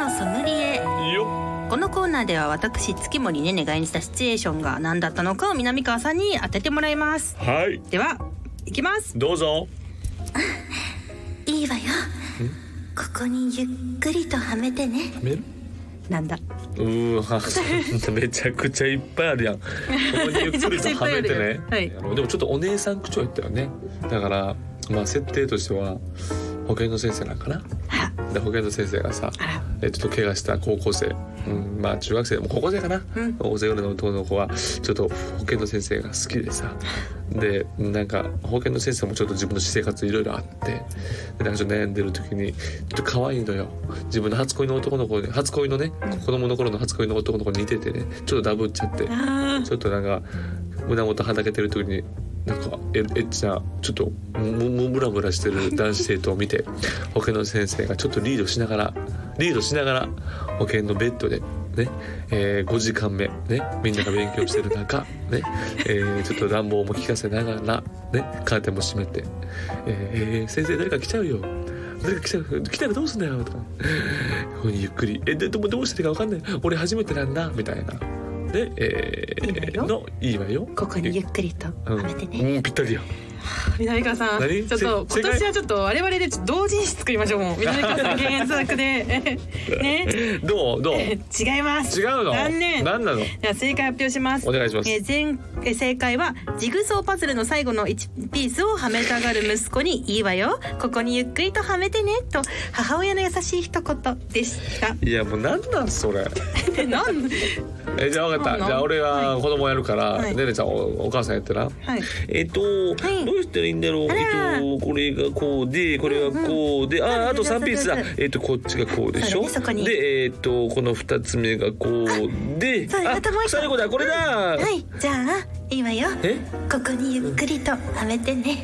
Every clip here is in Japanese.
のソムリエよ。このコーナーでは私月森ねねが演じたシチュエーションが何だったのかを南川さんに当ててもらいます。 はい、 では行きます。 どうぞ。 いいわよ、ここにゆっくりとはめてね。 はめるなんだめちゃくちゃいっぱいあるやん。ここにゆっくりとはめてねはい、 でもちょっとお姉さん口調やったよね。だからまあ設定としては保健の先生なんかな。で保健の先生がさ、ちょっと怪我した高校生、まあ中学生でも高校生かな、高校生ぐらいの男の子はちょっと保健の先生が好きでさ、でなんか保健の先生もちょっと自分の私生活いろいろあって、でなんかちょっと悩んでる時にちょっと可愛いのよ。自分の初恋の男の子に、初恋のね、子供の頃の初恋の男の子に似ててね、ちょっとダブっちゃって、ちょっとなんか胸元はだけてる時になんかエッチなちょっとムラムラしてる男子生徒を見て保健の先生がちょっとリードしながら保健のベッドでね、5時間目ね、みんなが勉強してる中ね、ちょっと乱暴も聞かせながらね、カーテンも閉めて、先生誰か来ちゃうよ、誰か来たらどうすんだよとか、ここにゆっくりでもどうしてか分かんない、俺初めてなんだみたいなで、いいわよ、ここにゆっくりとはめてね、ぴったりや。 南川さん、ちょっと今年はちょっと我々で同人誌作りましょう。もう南川さん原作でね。どう違います。 違うの。 残念。 何なの。 では正解発表します。 お願いします。 正解はジグソーパズルの最後の1ピースをはめたがる息子にいいわよ、ここにゆっくりとはめてねと母親の優しい一言でした。 いやもうなんそれなんじゃあ分かった。じゃあ俺は子供やるから、ねねちゃんお母さんやってな。どうしたらいいんだろう。これがこうで、これがこうで、あと3ピースだ。こっちがこうでしょ。で、この2つ目がこうで、最後だ、これだ。 はい、じゃあいいわよ、ここにゆっくりとはめてね。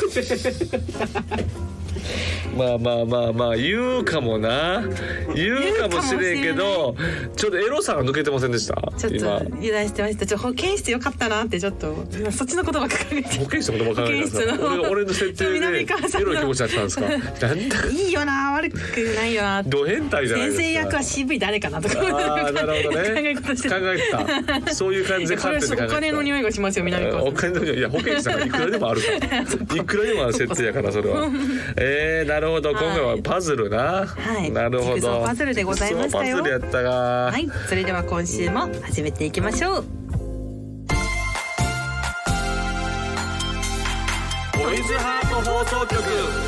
まあ言うかもしれんけど、ちょっとエロさが抜けてませんでした。 ちょっと油断してました。保健室よかったなってちょっとそっちのことばっか考えて。 保健室のことばっか考えてた。俺の設定でエロい気持ちだったんですか。なんだ。 いいよな、悪くないよな。 ド変態じゃないですか。 先生役は渋い誰かなとか。 なるほどね。考えてた。そういう感じで考えてた。 お金の匂いがしますよ南川さん。 お金の匂い、いや保健室なんかいくらでもあるから。いくらでもある設定やからそれは。なるほど、今回はパズルな。なるほど。 ジグソーパズルでございましたよ。 パズルやったが。 はい、それでは今週も始めていきましょう。 トイズハート放送局。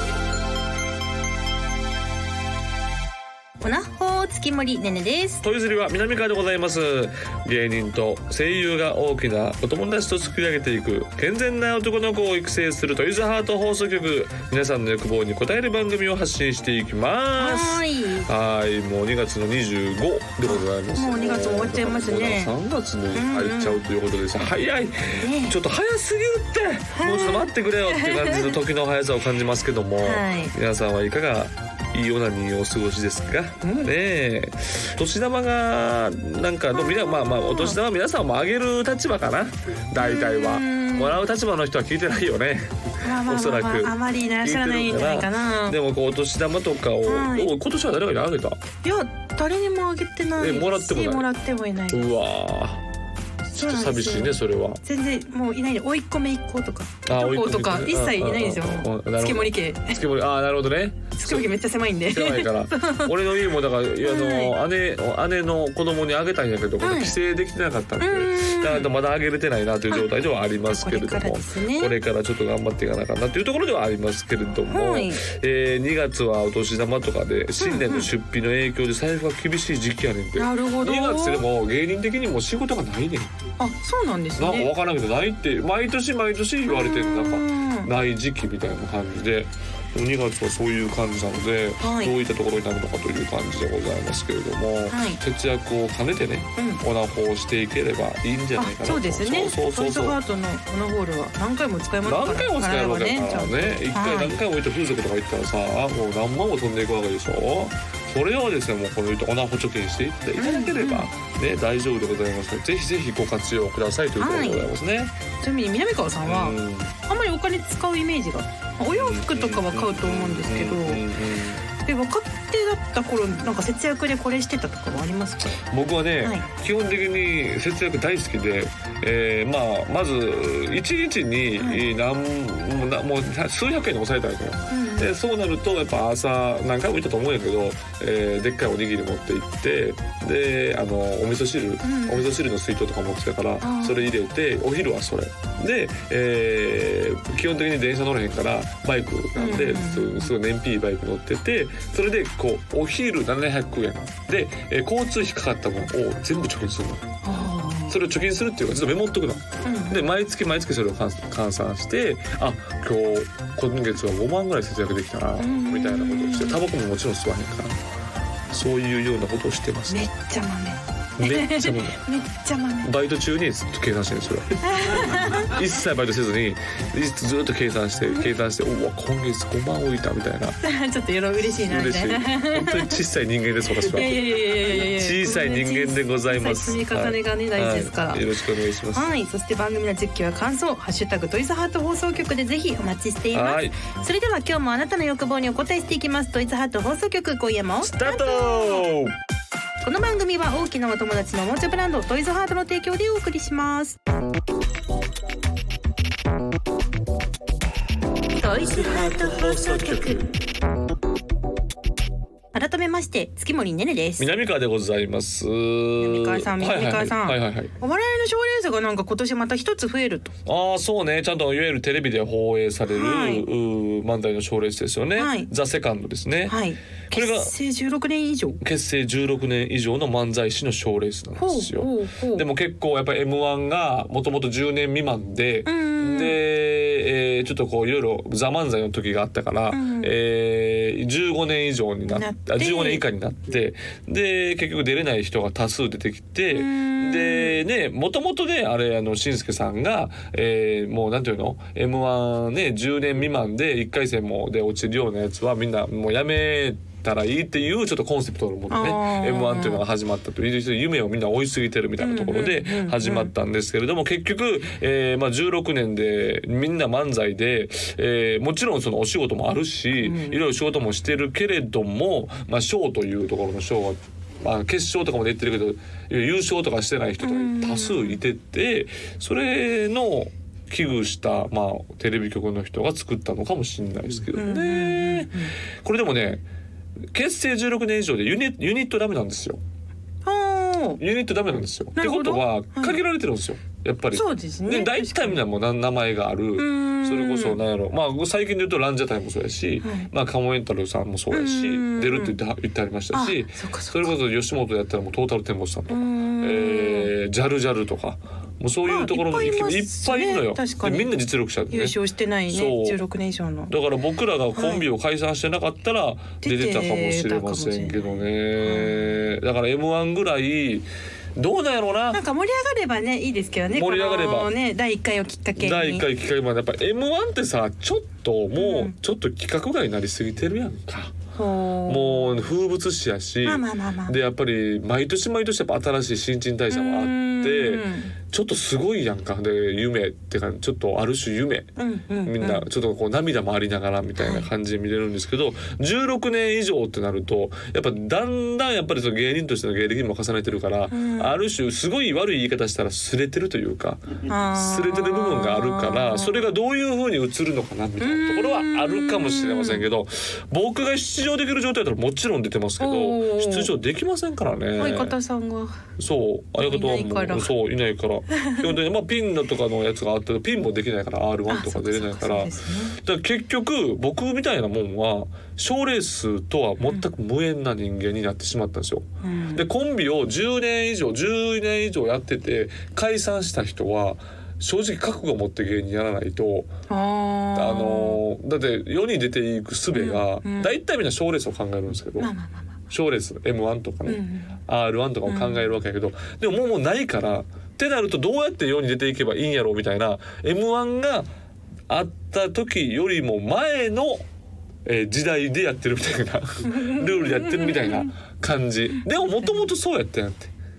おなほ月森ねねです。 トイズリは南川でございます。芸人と声優が大きなお友達と作り上げていく健全な男の子を育成するトイズハート放送局。皆さんの欲望に応える番組を発信していきます。はい、もう2月の25でございます。 もう2月終わっちゃいますね。 3月に入っちゃうということです。早い、ちょっと早すぎるって、もうちょっと待ってくれよっていう感じの時の速さを感じますけども、皆さんはいかがいいオナニーをお過ごしですか、ね。年玉がなんかまあお年玉皆さんもあげる立場かな、大体は。もらう立場の人は聞いてないよね、おそらく。 あまりいらっしゃらないんじゃないかな。 でもこうお年玉とかを、今年は誰かにあげた？いや誰にもあげてないし、もらってもいない。 うわちょっと寂しいね、それは。 全然もういないで、甥っ子姪っ子とかいとことか一切いないんですよ。月森家。月森、なるほどね。月森家めっちゃ狭いんで。 狭いから。俺の家もだから姉の子供にあげたんやけど、帰省できてなかったんで、だからまだあげれてないなという状態ではありますけれども、これからちょっと頑張っていかなかなというところではありますけれども、2月はお年玉とかで新年の出費の影響で財布が厳しい時期やねんて。 なるほど。 2月でも芸人的にも仕事がないねん。 あ、そうなんですね。 なんか分からんけどないって毎年言われてる。なんかない時期みたいな感じで、2月はそういう感じなので、どういったところになるのかという感じでございますけれども、節約を兼ねてね、オナホをしていければいいんじゃないかなと。そうですね。トイズハートのオナホールは何回も使えますから。何回も使えるわけだからね。1回何回も行って風俗とか行ったらさ、もう何万も飛んでいくわけでしょ。それをですね、もうこのオナホ貯金していただければね、大丈夫でございますので、ぜひぜひご活用くださいというところでございますね。ちなみに南川さんはあんまりお金使うイメージが、お洋服とかは買うと思うんですけど、で分かってだった頃なんか節約でこれしてたとかはありますか？ 僕はね、 はい、 基本的に節約大好きで、まず1日にもう数百円で抑えたいのよ、でそうなるとやっぱ朝何回も言ったと思うんやけど、でっかいおにぎり持って行ってでお味噌汁の水筒とか持ってたからそれ入れてお昼はそれで、基本的に電車乗れへんからバイクなんで、すごい燃費いいバイク乗っててそれでこうお昼700円で、交通費かかったものを全部貯金するの。それを貯金するっていうかちょっとメモっとくの、で毎月それを換算して今月は5万ぐらい節約できたな、みたいなことをしてタバコももちろん吸わへんからそういうようなことをしてます。 めっちゃ豆めっちゃ豆バイト中にずっと計算してるんですよ一切バイトせずにずっと計算してうわ今月5万置いたみたいなちょっと嬉しいなみたいな本当に小さい人間です私は。小さい人間でございます。 積み重ねがね、大事ですから、 よろしくお願いします。 はい、そして番組の実況や感想ハッシュタグトイズハート放送局でぜひお待ちしています。それでは今日もあなたの欲望にお答えしていきます。トイズハート放送局今夜もスタート。 この番組は大きなお友達のおもちゃブランドトイズハートの提供でお送りします。トイズハート放送局、改めまして月森ねねです。 南川でございます。 南川さん、お笑いの賞レースがなんか今年また一つ増えると。 そうね、ちゃんといわゆるテレビで放映される、漫才の賞レースですよね、ザ・セカンドですね、これが結成16年以上の漫才師の賞レースなんですよ。でも結構やっぱり M1 がもともと10年未満で、ちょっとこういろいろザ漫才の時があったから、15年以上になって15年以下になってで結局出れない人が多数出てきて、でねもともとねあれしんすけさんが、もうなんていうの M1 ね10年未満で1回戦もで落ちるようなやつはみんなもうやめたらいいっていうちょっとコンセプトのものね M1 っていうのが始まったという夢をみんな追いすぎてるみたいなところで始まったんですけれども、結局、16年でみんな漫才で、もちろんそのお仕事もあるし、いろいろ仕事もしてるけれども、賞というところの賞は決勝とかも出てるけど優勝とかしてない人とか多数いてて、それの危惧した、テレビ局の人が作ったのかもしれないですけどね。これでもね結成16年以上でユニットダメなんですよ。ユニットダメなんですよ。ってことは限られてるんですよ。やっぱりそうですね。 大体みんなもう名前がある。それこそなんやろ、最近で言うとランジャタイもそうやし、カモエンタルさんもそうやし、出るって言ってありましたし、それこそ吉本やったらもうトータルテンボスさんとか、ジャルジャルとか。もうそういうところもいっぱいいるのよ。でみんな実力者でね。 優勝してないね。16年以上の。 だから僕らがコンビを解散してなかったら出てたかもしれませんけどね。だから M1 ぐらいどうなんやろうな。なんか盛り上がればねいいですけどね。 盛り上がればね第1回をきっかけに。 第1回きっかけまでやっぱ M1 ってさちょっともうちょっと規格外になりすぎてるやんか。もう風物詩やし、でやっぱり毎年やっぱ新しい新陳代謝もあってちょっとすごいやんか。で夢ってかちょっとある種夢、みんなちょっとこう涙もありながらみたいな感じで見れるんですけど、16年以上ってなるとやっぱだんだんやっぱりその芸人としての芸歴も重ねてるから、ある種すごい悪い言い方したらすれてるというかすれてる部分があるからそれがどういう風に映るのかなみたいなところはあるかもしれませんけど、僕が出場できる状態だったらもちろん出てますけど出場できませんからね。 相方さんがそう相方はもうそういないから基本的にピンのとかのやつがあってピンもできないから R1 とか出れないから、だから結局僕みたいなもんは賞レースとは全く無縁な人間になってしまったんですよ。でコンビを10年以上やってて解散した人は正直覚悟を持って芸人やらないとだって世に出ていく術が大体みんな賞レースを考えるんですけど、賞レース M1 とかね、R1 とかを考えるわけやけど、でももうないからってなるとどうやって世に出ていけばいいんやろうみたいな M1 があった時よりも前の時代でやってるみたいなルールでやってるみたいな感じでももともとそうやったんやって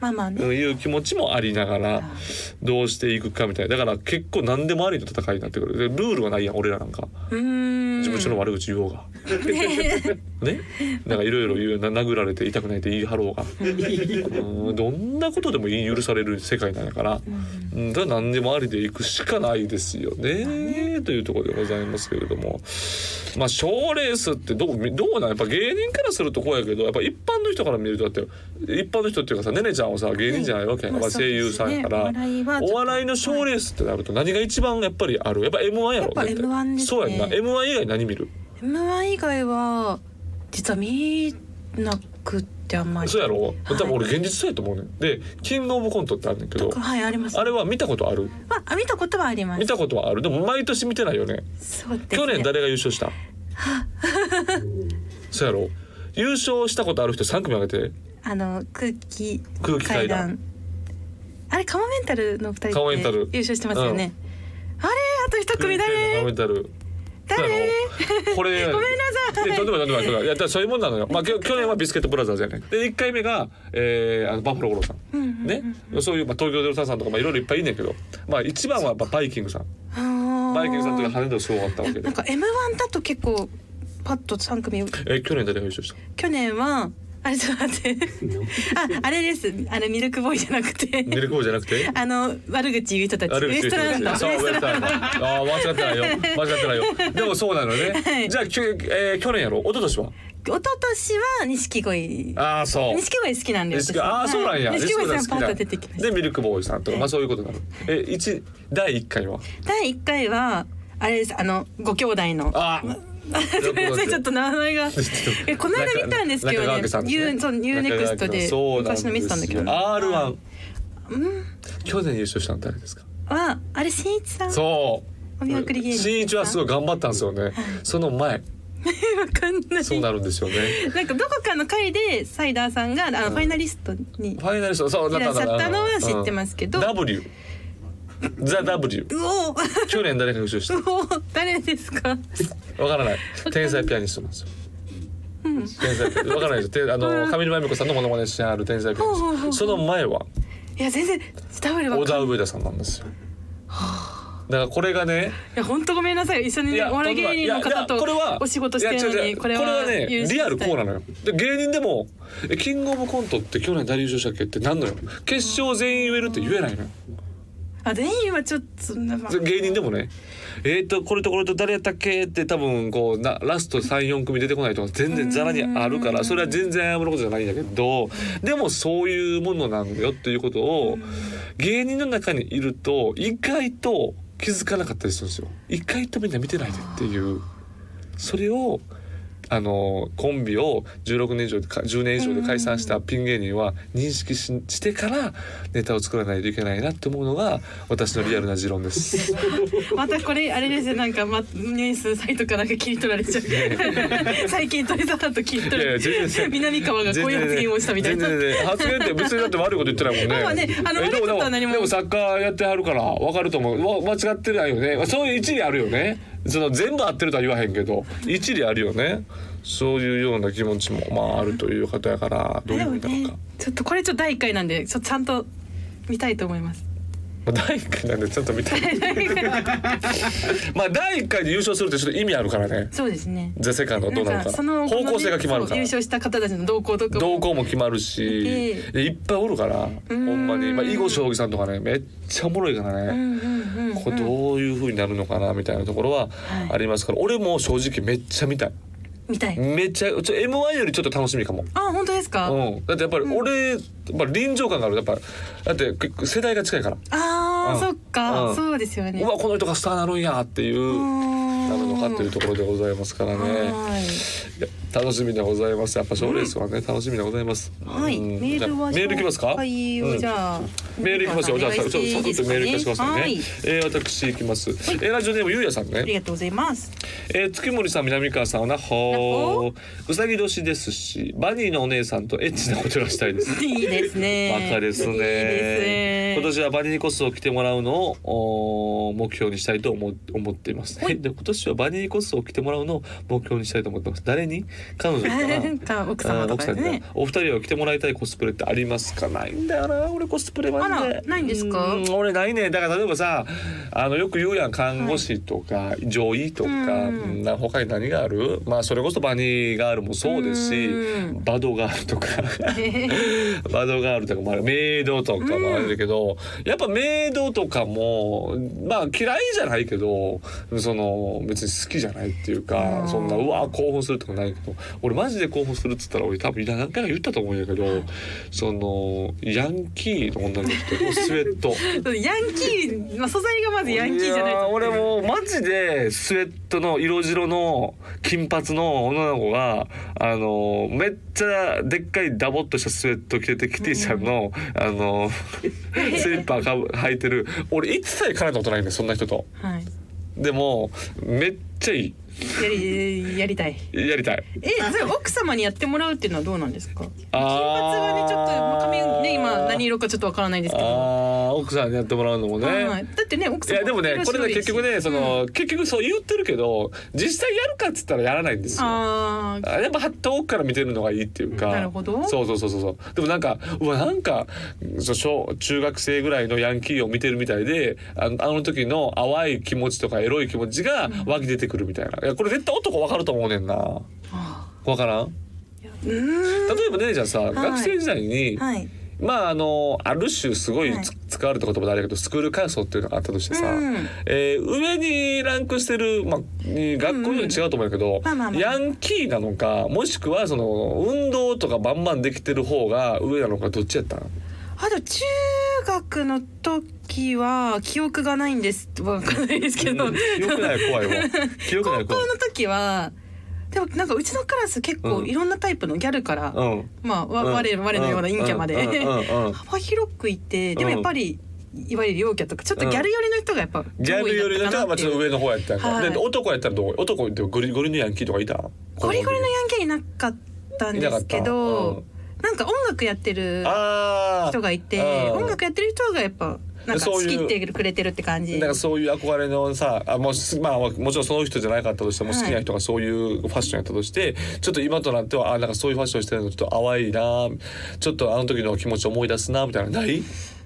まあまあね、 いう気持ちもありながらどうしていくかみたいな。だから結構何でもありの戦いになってくる。でルールはないやん俺らなんか。事務所の悪口言おうがね、なんかいろいろ言う殴られて痛くないって言い張ろうがどんなことでも言い許される世界なんやから、だから何でもありでいくしかないですよね、というところでございますけれども、まあ賞レースってどうなんやっぱ芸人からするとこうやけど、やっぱ一般の人から見るとだって一般の人っていうかさ、ねねちゃんはさ芸人じゃないわけやから、声優さんやから、お笑いの賞レースってなると何が一番やっぱりある？やっぱ M1 やろ。 やっぱ M1 ですね。 そうやんな。M1 以外何見る？ M1 以外は実は見なくてあんまり。 そうやろ。多分俺現実そうやと思うねん。でキングオブコントってあるんだけど、 はいあります。 あれは見たことある？ 見たことはあります。 見たことはある。でも毎年見てないよね。 そうですね。 去年誰が優勝した？そうやろ。優勝したことある人3組挙げて。 空気階段。 あれカモメンタルの2人カモメンタル優勝してますよね、あれあと1組誰？ カモメンタル誰？これごめんなさい。 とんでもない。いやそういうもんなのよ。まあ去年はビスケットブラザーズやね。で1回目が、バッファロー五郎さん、ね、そういう、東京03さんとかいろいろいっぱいいんねんけど、まあ一番はバイキングさん。バイキングさんとか羽田すごかったわけで。 なんか M1 だと結構パッと3組。 去年誰が優勝した？ 去年はあれちょっと待ってあれです。ミルクボーイじゃなくてミルクボーイじゃなくて悪口言う人たち。ウエストランド。 そうウエストランド。あ間違ってないよ。でもそうなのね、はい、じゃあ去年やろ。一昨年は錦鯉。 ああそう。 錦鯉好きなんです。 ああそうなんや。 錦鯉さんパッと出てきました。 でミルクボーイさんとか、まあそういうことなの。第1回は？第 1回はあれです。ご兄弟の。 あちょっと名前がこの間見たんですけどね。UNEXT で昔の見てたんだけど。 R1。去年優勝したの誰ですか？ あれ新一さん。 そう。 お見送り芸人。 新一はすごい頑張ったんですよね。その前。 わかんない。 そうなるんですよね。 なんかどこかの回でサイダーさんがファイナリストに。 ファイナリストそういらっしゃったのは知ってますけど。 W。ザ・ W。去年誰が優勝した？ 誰ですか？ わからない。天才ピアニストなんですよ。天才わからないです。上沼恵美子さんのモノマネしてある天才ピアニスト。その前は？ いや全然小田上田さんなんですよ。だからこれがね。 いや本当ごめんなさい。一緒にお笑い芸人の方とお仕事してるのにこれはねリアルこうなのよ。で芸人でもキングオブコントって去年誰優勝したっけってなんのよ。決勝全員言えるって言えないのよ。 全員はちょっと芸人でもねこれとこれと誰やったっけって多分こうラスト 3,4 組出てこないとか全然ザラにあるから、それは全然謝ることじゃないんだけど、でもそういうものなんだよっていうことを芸人の中にいると意外と気づかなかったりするんですよ。意外とみんな見てないでっていう、それをコンビを16年以上で10年以上で解散したピン芸人は認識してからネタを作らないといけないなって思うのが私のリアルな持論です。 またこれあれですよ。なんかニュースサイトかなんか切り取られちゃう最近トリザーと切り取られて南川がこういう発言をしたみたいな。 発言って別にだって悪いこと言ってないもんね。でもサッカーやってはるから分かると思う。間違ってないよね。そういう一理あるよね。全部合ってるとは言わへんけど一理あるよね。そういうような気持ちもあるという方やから、どういうふうになるか、 ちょっとこれ第1回なんでちゃんと見たいと思います。 第1回なんでちょっと見たいまあ第1回で優勝するってちょっと意味あるからね。 そうですね。 ザ・セカンドどうなるか方向性が決まるから、 優勝した方たちの動向とか動向も決まるし、いっぱいおるからほんまに、囲碁将棋さんとかねめっちゃおもろいからね、これどういう風になるのかなみたいなところはありますから、俺も正直めっちゃ見たい。めっちゃM1 よりちょっと楽しみかも。 本当ですか？ だってやっぱり俺、やっぱ臨場感がある。やっぱだって世代が近いから。 そっか、そうですよね。 この人がスターなるんやっていうなるのかというところでございますからね。楽しみでございます。やっぱ賞レースはね楽しみでございます。 はい。メールいきますか？ はい。じゃあメールいきますよ。じゃあちょっとサクッとメールいかしてくださいね。私いきます。ラジオネームゆうやさんね。 ありがとうございます。 月森さん、南川さん、なほー。うさぎ年ですし、バニーのお姉さんとエッチなことがしたいです。 いいですね。 バカですね。今年はバニーコスを着てもらうのを目標にしたいと思っています。で今年年はバニーコスを着てもらうのを目標にしたいと思ってます。誰に？彼女か奥様とかね。 お二人は着てもらいたいコスプレってありますか？ないんだよな俺コスプレマジで。 ないんですか？ 俺ないね。だから例えばさよく言うやん看護師とか女医とか、他に何がある？まあそれこそバニーガールもそうですし、バドガールとかバドガールとかもある、メイドとかもあるけど、やっぱメイドとかもまあ嫌いじゃないけどその別に好きじゃないっていうか、そんなうわ興奮するとかないけど、俺マジで興奮するっつったら俺多分何回か言ったと思うんやけど、そのヤンキーの女の人のスウェットヤンキー、まあ、素材がまずヤンキーじゃないと。 俺もうマジでスウェットの色白の金髪の女の子がめっちゃでっかいダボっとしたスウェット着ててキティちゃんのスリッパ履いてる俺一切絡んだことないんだよそんな人と、はい、でもめっちゃいいやりたいそれ奥様にやってもらうっていうのはどうなんですか？金髪はねちょっと髪ね今何色かちょっとわからないですけど、 奥さんにやってもらうのもね、 だってね奥さんもでもねこれね結局ね結局そう言ってるけど実際やるかっつったらやらないんですよ。やっぱ遠くから見てるのがいいっていうか。 なるほど。 そうでもなんか中学生ぐらいのヤンキーを見てるみたいであの時の淡い気持ちとかエロい気持ちが湧き出てくるみたいな。いやこれ絶対男分かると思うねんな。分からん？例えばねじゃあさ、学生時代に、まあある種すごい使われた言葉であるけどスクールカーストっていうのがあったとしてさ、上にランクしてる、学校より違うと思うけど、ヤンキーなのかもしくはその運動とかバンバンできてる方が上なのかどっちやったの？ でも中学の時は記憶がないんですわかんないですけど、 記憶ない怖いわ高校の時はでもなんかうちのクラス結構いろんなタイプのギャルから、まあ我のような陰キャまで幅広くいて、でもやっぱりいわゆる陽キャとかちょっとギャル寄りの人がやっぱギャル寄りの人がちょっと上の方やったんだ。で男やったらどう？男ってゴリゴリのヤンキーとかいた？ ゴリゴリのヤンキーいなかったんですけど、なんか音楽やってる人がいて、音楽やってる人がやっぱなんか好きってくれてるって感じ。 なんかそういう憧れのさ、もちろんその人じゃなかったとしても好きな人がそういうファッションやったとして、ちょっと今となってはなんかそういうファッションしてるのちょっと淡いな、ちょっとあの時の気持ち思い出すなみたいなない？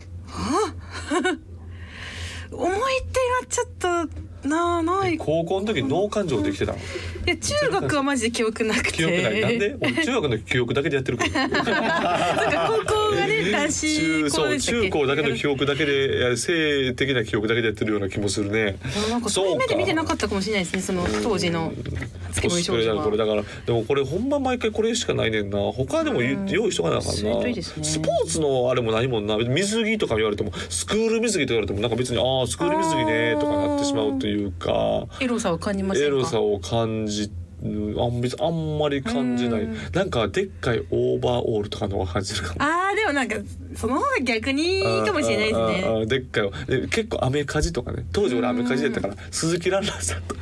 思い出はちょっとない。 高校の時脳感情できてたの？ いや中学はマジで記憶なくて。 記憶ない。なんで？俺中学の記憶だけでやってるから。 なんか高校がね男子校でしたっけ？ 中高だけの記憶だけで性的な記憶だけでやってるような気もするね。 なんかそういう目で見てなかったかもしれないですね。その当時のコスプレだこれだからでもこれほんま毎回これしかないねんな。他でも用意しとかなあかんな。スポーツのあれも何もな。水着とか言われてもスクール水着と言われてもなんか別にスクール水着ねとかなってしまうというか。 エロさを感じませんか？ エロさを感じあんまり感じない。なんかでっかいオーバーオールとかの方が感じるかも。 でもなんかその方が逆にいいかもしれないですね。 でっかいで結構アメカジとかね、当時俺アメカジやったから鈴木蘭々さんとか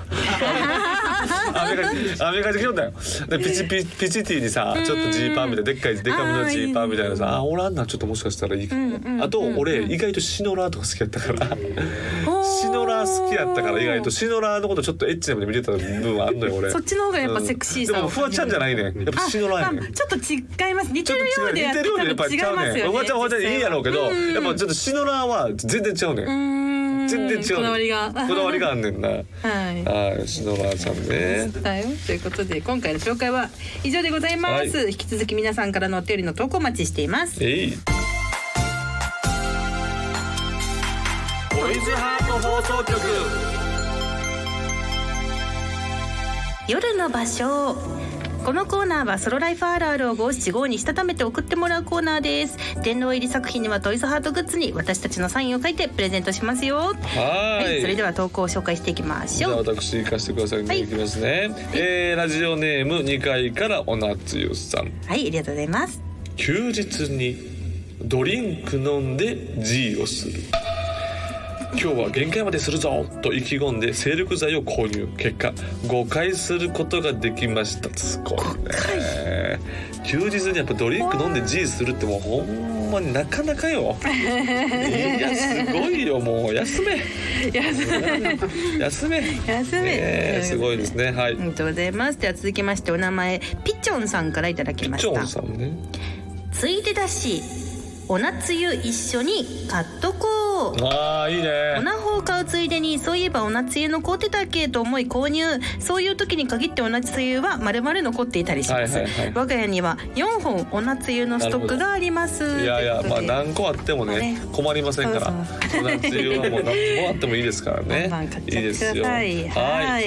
アメカジ着よったよ。でピチティにさちょっとジーパンみたいなでっかいデカめのジーパンみたいなさ、おらんなちょっともしかしたらいいかも。あと俺意外とシノラーとか好きやったからシノラー好きやったから意外とシノラーのことちょっとエッチな目で見てた部分はあんのよ俺。 そっちの方がやっぱセクシーさ。 でもフワちゃんじゃないね。やっぱシノラーやね。 ちょっと違います。似てるようでやっぱ違いますよね。 フワちゃんいいやろうけど、やっぱちょっとシノラーは全然違うね。全然違う。こだわりがあんねんな。はい。シノラーさんね。 ということで今回の紹介は以上でございます。引き続き皆さんからのお便りの投稿お待ちしています。 トイズハート放送局。 夜の場所。このコーナーはソロライフあるあるを五七五にしたためて送ってもらうコーナーです。殿堂入り作品にはトイズハートグッズに私たちのサインを書いてプレゼントしますよ。はい、それでは投稿を紹介していきましょう。 じゃあ私行かせてくださいね。いきますね。ラジオネーム2階からおなつゆさん。 はい、ありがとうございます。 休日にドリンク飲んで G をする。 今日は限界までするぞと意気込んで精力剤を購入。結果5回することができました。すごいね。休日にやっぱドリンク飲んで G するってもうほんまになかなかよ。いやすごいよ。もう休め休め、すごいですね。はい、ありがとうございます。では続きましてお名前ピチョンさんからいただきました。 ピチョンさんね。 ついでだしお夏湯一緒に買っとこう。 あーいいね。 おなほを買うついでにそういえばお夏湯残ってたっけと思い購入。そういう時に限ってお夏湯は丸々残っていたりします、我が家には4本お夏湯のストックがあります。 いやいや、まあ何個あってもね困りませんから。お夏湯はもう何個あってもいいですからね。いいですよ。はい、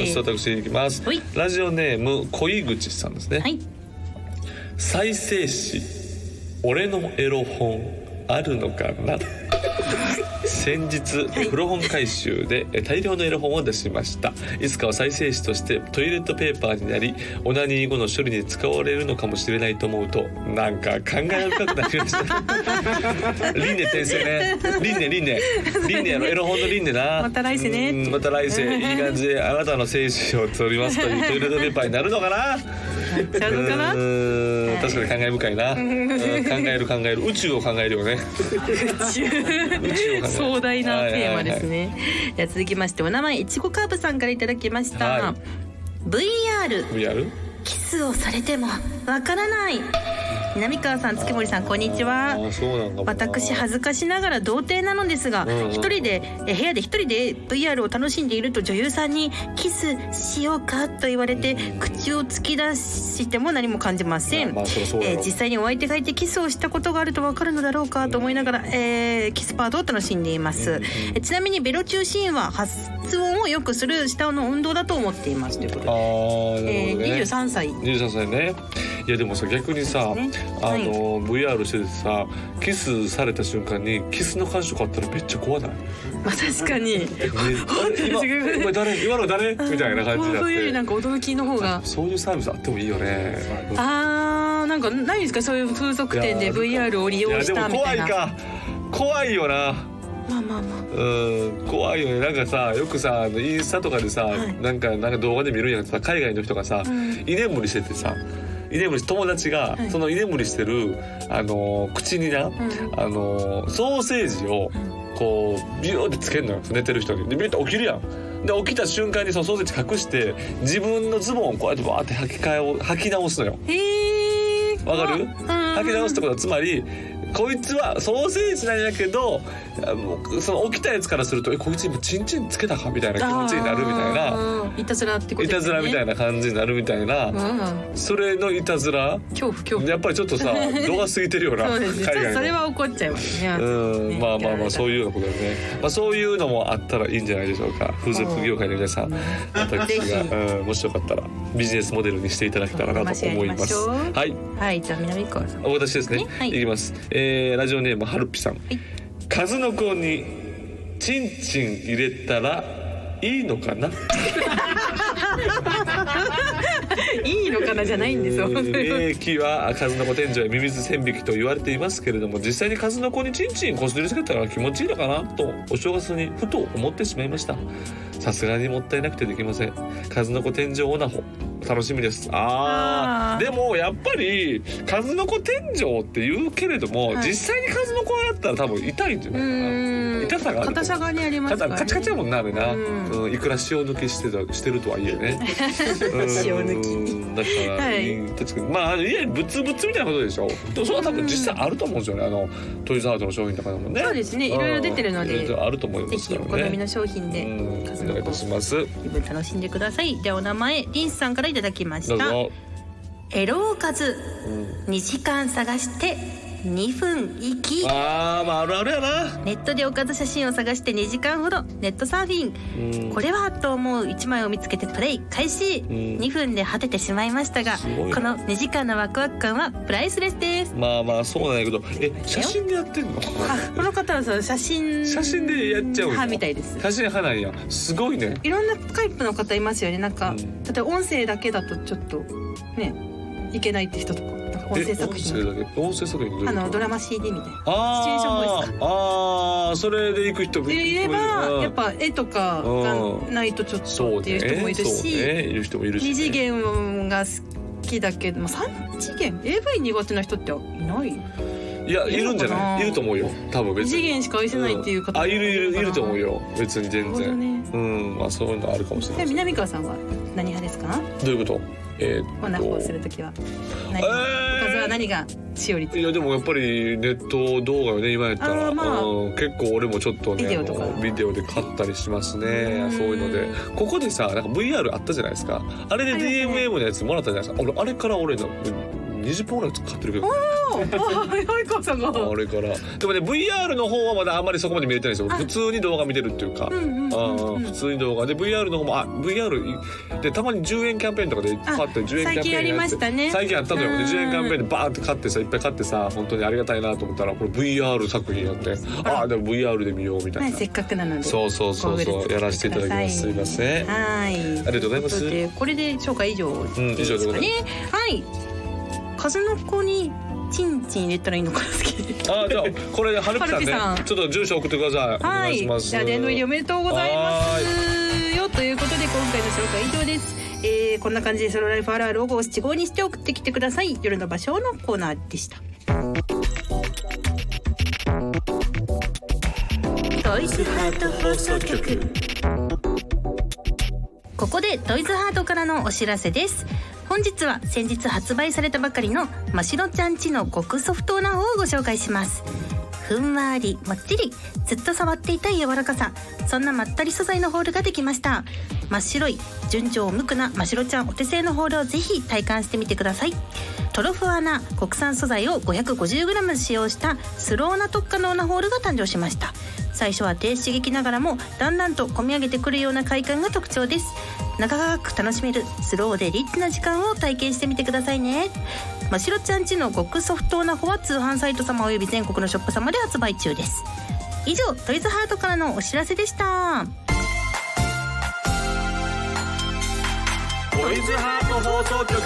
そして私いきます。ラジオネーム恋口さんですね。はい、再生紙俺のエロ本あるのかな。先日古本回収で大量のエロ本を出しました。いつかは再生紙としてトイレットペーパーになりオナニー後の処理に使われるのかもしれないと思うとなんか考え深くなりました。輪廻転生ね。輪廻やろ。エロ本の輪廻な。 また来世ね。 また来世いい感じであなたの精子を取りますというトイレットペーパーになるのかな。 ちゃうのかな。 確かに感慨深いな。考える宇宙を考えるよね。 宇宙壮大なテーマですね。では続きましてお名前いちごカーブさんからいただきました。VR キスをされてもわからない。南川さん、月森さん、こんにちは。私恥ずかしながら童貞なのですが、一人で部屋で一人で VR を楽しんでいると女優さんにキスしようかと言われて口を突き出しても何も感じません。実際にお相手がいてキスをしたことがあると分かるのだろうかと思いながら、キスパートを楽しんでいます。ちなみにベロ中シーンは発音をよくする舌の運動だと思っていますということで、23歳ね。いやでもさ逆にさ、VR しててさキスされた瞬間にキスの感触あったらめっちゃ怖ない？ まあ確かに今の誰みたいな感じになって、 そういうなんか驚きの方がそういうサービスあってもいいよね。 なんかないですかそういう風俗店で VR を利用したみたいな。 いやでも怖いよな。 まあ怖いよね。なんかさよくさインスタとかでさ、なんか動画で見るんやけどさ海外の人がさ、居眠りしててさ友達がその居眠りしてる口にな、ソーセージをこうビューってつけるのよ寝てる人に。でビューって起きるやん。で起きた瞬間にそのソーセージ隠して自分のズボンをこうやってバーって履き直すのよ。わかる？履き直すってことはつまりこいつはソーセージなんやけどその起きたやつからするとこいつ今チンチンつけたかみたいな気持ちになるみたいな、 いたずらってことですね。 いたずらみたいな感じになるみたいな、それのいたずら恐怖やっぱりちょっとさ度が過ぎてるよな。 そうですね、海外のそれは怒っちゃいますね。 まあそういうようなことでね、そういうのもあったらいいんじゃないでしょうか。風俗業界の皆さん、私がもしよかったらビジネスモデルにしていただけたらなと思います。はい、 じゃあ南川さん、 私ですね、いきます。ラジオネームはるっぴさん、数の子にチンチン入れたらいいのかな。 いいのかなじゃないんですよ。 木は数の子天井やミミズ線引きと言われていますけれども、実際に数の子にチンチンこすりつけたら気持ちいいのかなとお正月にふと思ってしまいました。さすがにもったいなくてできません。数の子天井オナホ楽しみです。でもやっぱり数の子天井って言うけれども、実際に数の子やったら多分痛いんじゃないかな。痛さがある。 硬さがにありますからね。 カチカチやもんなあれな。いくら塩抜きしてるとはいえね。 塩抜き。 だから確かにまあいわゆるブツブツみたいなことでしょ。でもそれは多分実際あると思うんですよね。トイズハートの商品とかでもね。 そうですね。いろいろ出てるのであると思いますからね。 ぜひお好みの商品でお願いいたします。 気分楽しんでください。ではお名前リンスさんからいただきました。エロおかず2時間探して2分行き。 あるあるやな。 ネットでおかず写真を探して2時間ほどネットサーフィン、これはと思う1枚を見つけてプレイ開始、2分で果ててしまいましたが、この2時間のワクワク感はプライスレスです。 まあそうなんやけど、写真でやってんの？ この方はそう写真でやっちゃう派みたいです。 写真派なんや。すごいね。 いろんなタイプの方いますよね。なんか、例えば音声だけだとちょっとねいけないって人とか、なんか音声作品。 音声作品ドラマ CD みたいな。シチュエーションボイスか。 それで行く人もいれば、やっぱ絵とかがないとちょっとっていう人もいるし、 いる人もいるし、 2次元が好きだけども3次元 AV 苦手な人っていない？ いや、いるんじゃない？いると思うよ、多分。別に2 次元しか愛せないっていう方もいると思うよ、別に全然。まあそういうのあるかもしれない。 南川さんは何派ですか？ どういうこと？ オナホをするときはおかずは何が使用率？ いやでもやっぱりネット動画よね、今やったら。結構俺もちょっとね、ビデオで買ったりしますね。そういうので、ここでさ、なんか VR あったじゃないですか。あれで DMM のやつもらったじゃないですか。あれから俺の20本ぐらい買ってるけど。 早川さんが。 あれから。でもね、VR の方はまだあんまりそこまで見れてないんですよ。普通に動画見てるっていうか。普通に動画で VR の方もVR でたまに10円キャンペーンとかで買って10円キャンペーン最近ありましたね。 最近あったのよ。10円キャンペーンでバーって買ってさ、いっぱい買ってさ、本当にありがたいなと思ったらこれ VR 作品やって、でも VR で見ようみたいな。 せっかくなので。 そうやらせていただきます。すいません。 はい。ありがとうございます。 これで紹介以上ですかね。はい。数の子にチンチン入れたらいいのかな、好きで。 じゃあこれではるぴさんね、ちょっと住所送ってください。 はい。 お願いします。 じゃあ殿堂入りおめでとうございますよということで今回の紹介以上です。こんな感じでソロライフあるあるを五七五にして送ってきてください。夜の場所のコーナーでした。トイズハート放送局。ここでトイズハートからのお知らせです。本日は先日発売されたばかりのましろちゃんちの極ソフトな方をご紹介します。ふんわりもっちり、ずっと触っていたい柔らかさ、そんなまったり素材のホールができました。真っ白い純情無垢なましろちゃんお手製のホールをぜひ体感してみてください。トロフアナ国産素材を 550g 使用したスローな特化のオナホールが誕生しました。最初は低刺激ながらもだんだんと込み上げてくるような快感が特徴です。長く楽しめるスローでリッチな時間を体験してみてくださいね。ましろちゃんちの極ソフトオナホは通販サイト様および全国のショップ様で発売中です。以上トイズハートからのお知らせでした。 トイズハート放送局。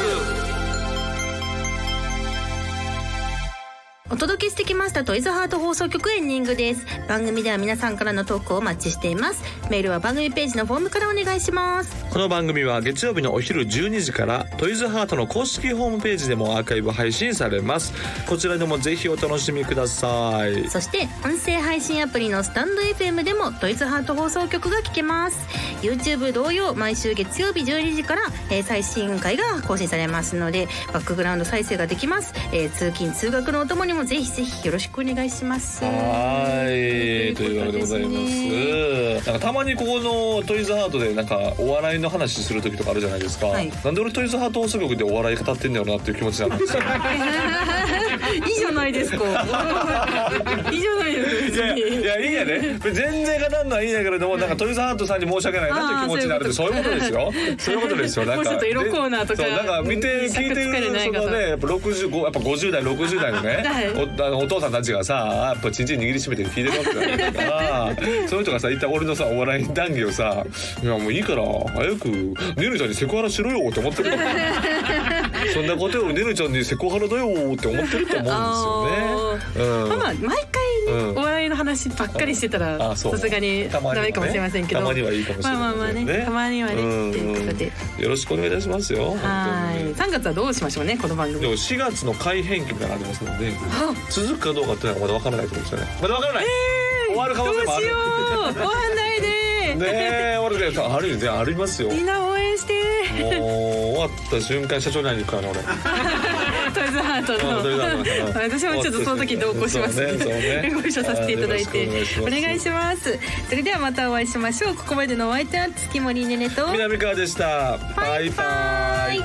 お届けしてきましたトイズハート放送局エンディングです。番組では皆さんからのトークをお待ちしています。メールは番組ページのフォームからお願いします。 この番組は月曜日のお昼12時からトイズハートの公式ホームページでもアーカイブ配信されます。こちらでもぜひお楽しみください。 そして音声配信アプリのスタンド FM でもトイズハート放送局が聞けます。 YouTube 同様毎週月曜日12時から、最新回が更新されますのでバックグラウンド再生ができます。通勤通学のお供にもぜひぜひよろしくお願いします。 はいというわけでございます。なんかたまにここのトイズハートでなんかお笑いの話する時とかあるじゃないですか、はい、なんで俺トイズハート放送局でお笑い語ってんだよなっていう気持ちなんですよいいじゃないですかいいじゃないですか。 いやいいやね、全然語るのはいいんだけれども、なんかトイズハートさんに申し訳ないなっていう気持ちになるって、そういうことですよそういうことですよ。なんかもうちょっと色コーナーとかなんか見て聞いてるそのね、やっぱ65やっぱ50代60代のね、はい、お父さんたちがさやっぱチンチン握りしめて聞いてるわけだからそういう人がさ一旦俺のさお笑い談義をさいやもういいから早くねるちゃんにセクハラしろよって思ってるからそんなことよりねるちゃんにセクハラだよって思ってると思うんですよね。 まあ毎回お笑いの話ばっかりしてたらさすがにダメかもしれませんけど、 たまにはいいかもしれないですね。 たまにはねっていうことでよろしくお願いいたしますよ。 はい。3月はどうしましょうねこの番組。 でも4月の改編期みたいなのありますので続くかどうかっていうのはまだ分からないと思うんですよね。まだ分からない、終わる可能性もある。 どうしよう終わんないでねえ終わるであるよね、ありますよ。 みんな応援してもう終わった瞬間社長に会いに行くからね俺トイズハートの私もちょっとその時同行しますのでご一緒させていただいてお願いします。それではまたお会いしましょう。ここまでのお相手は月森ねねと南川でした。バイバイ。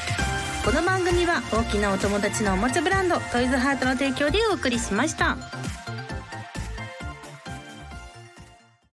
この番組は大きなお友達のおもちゃブランドトイズハートの提供でお送りしました。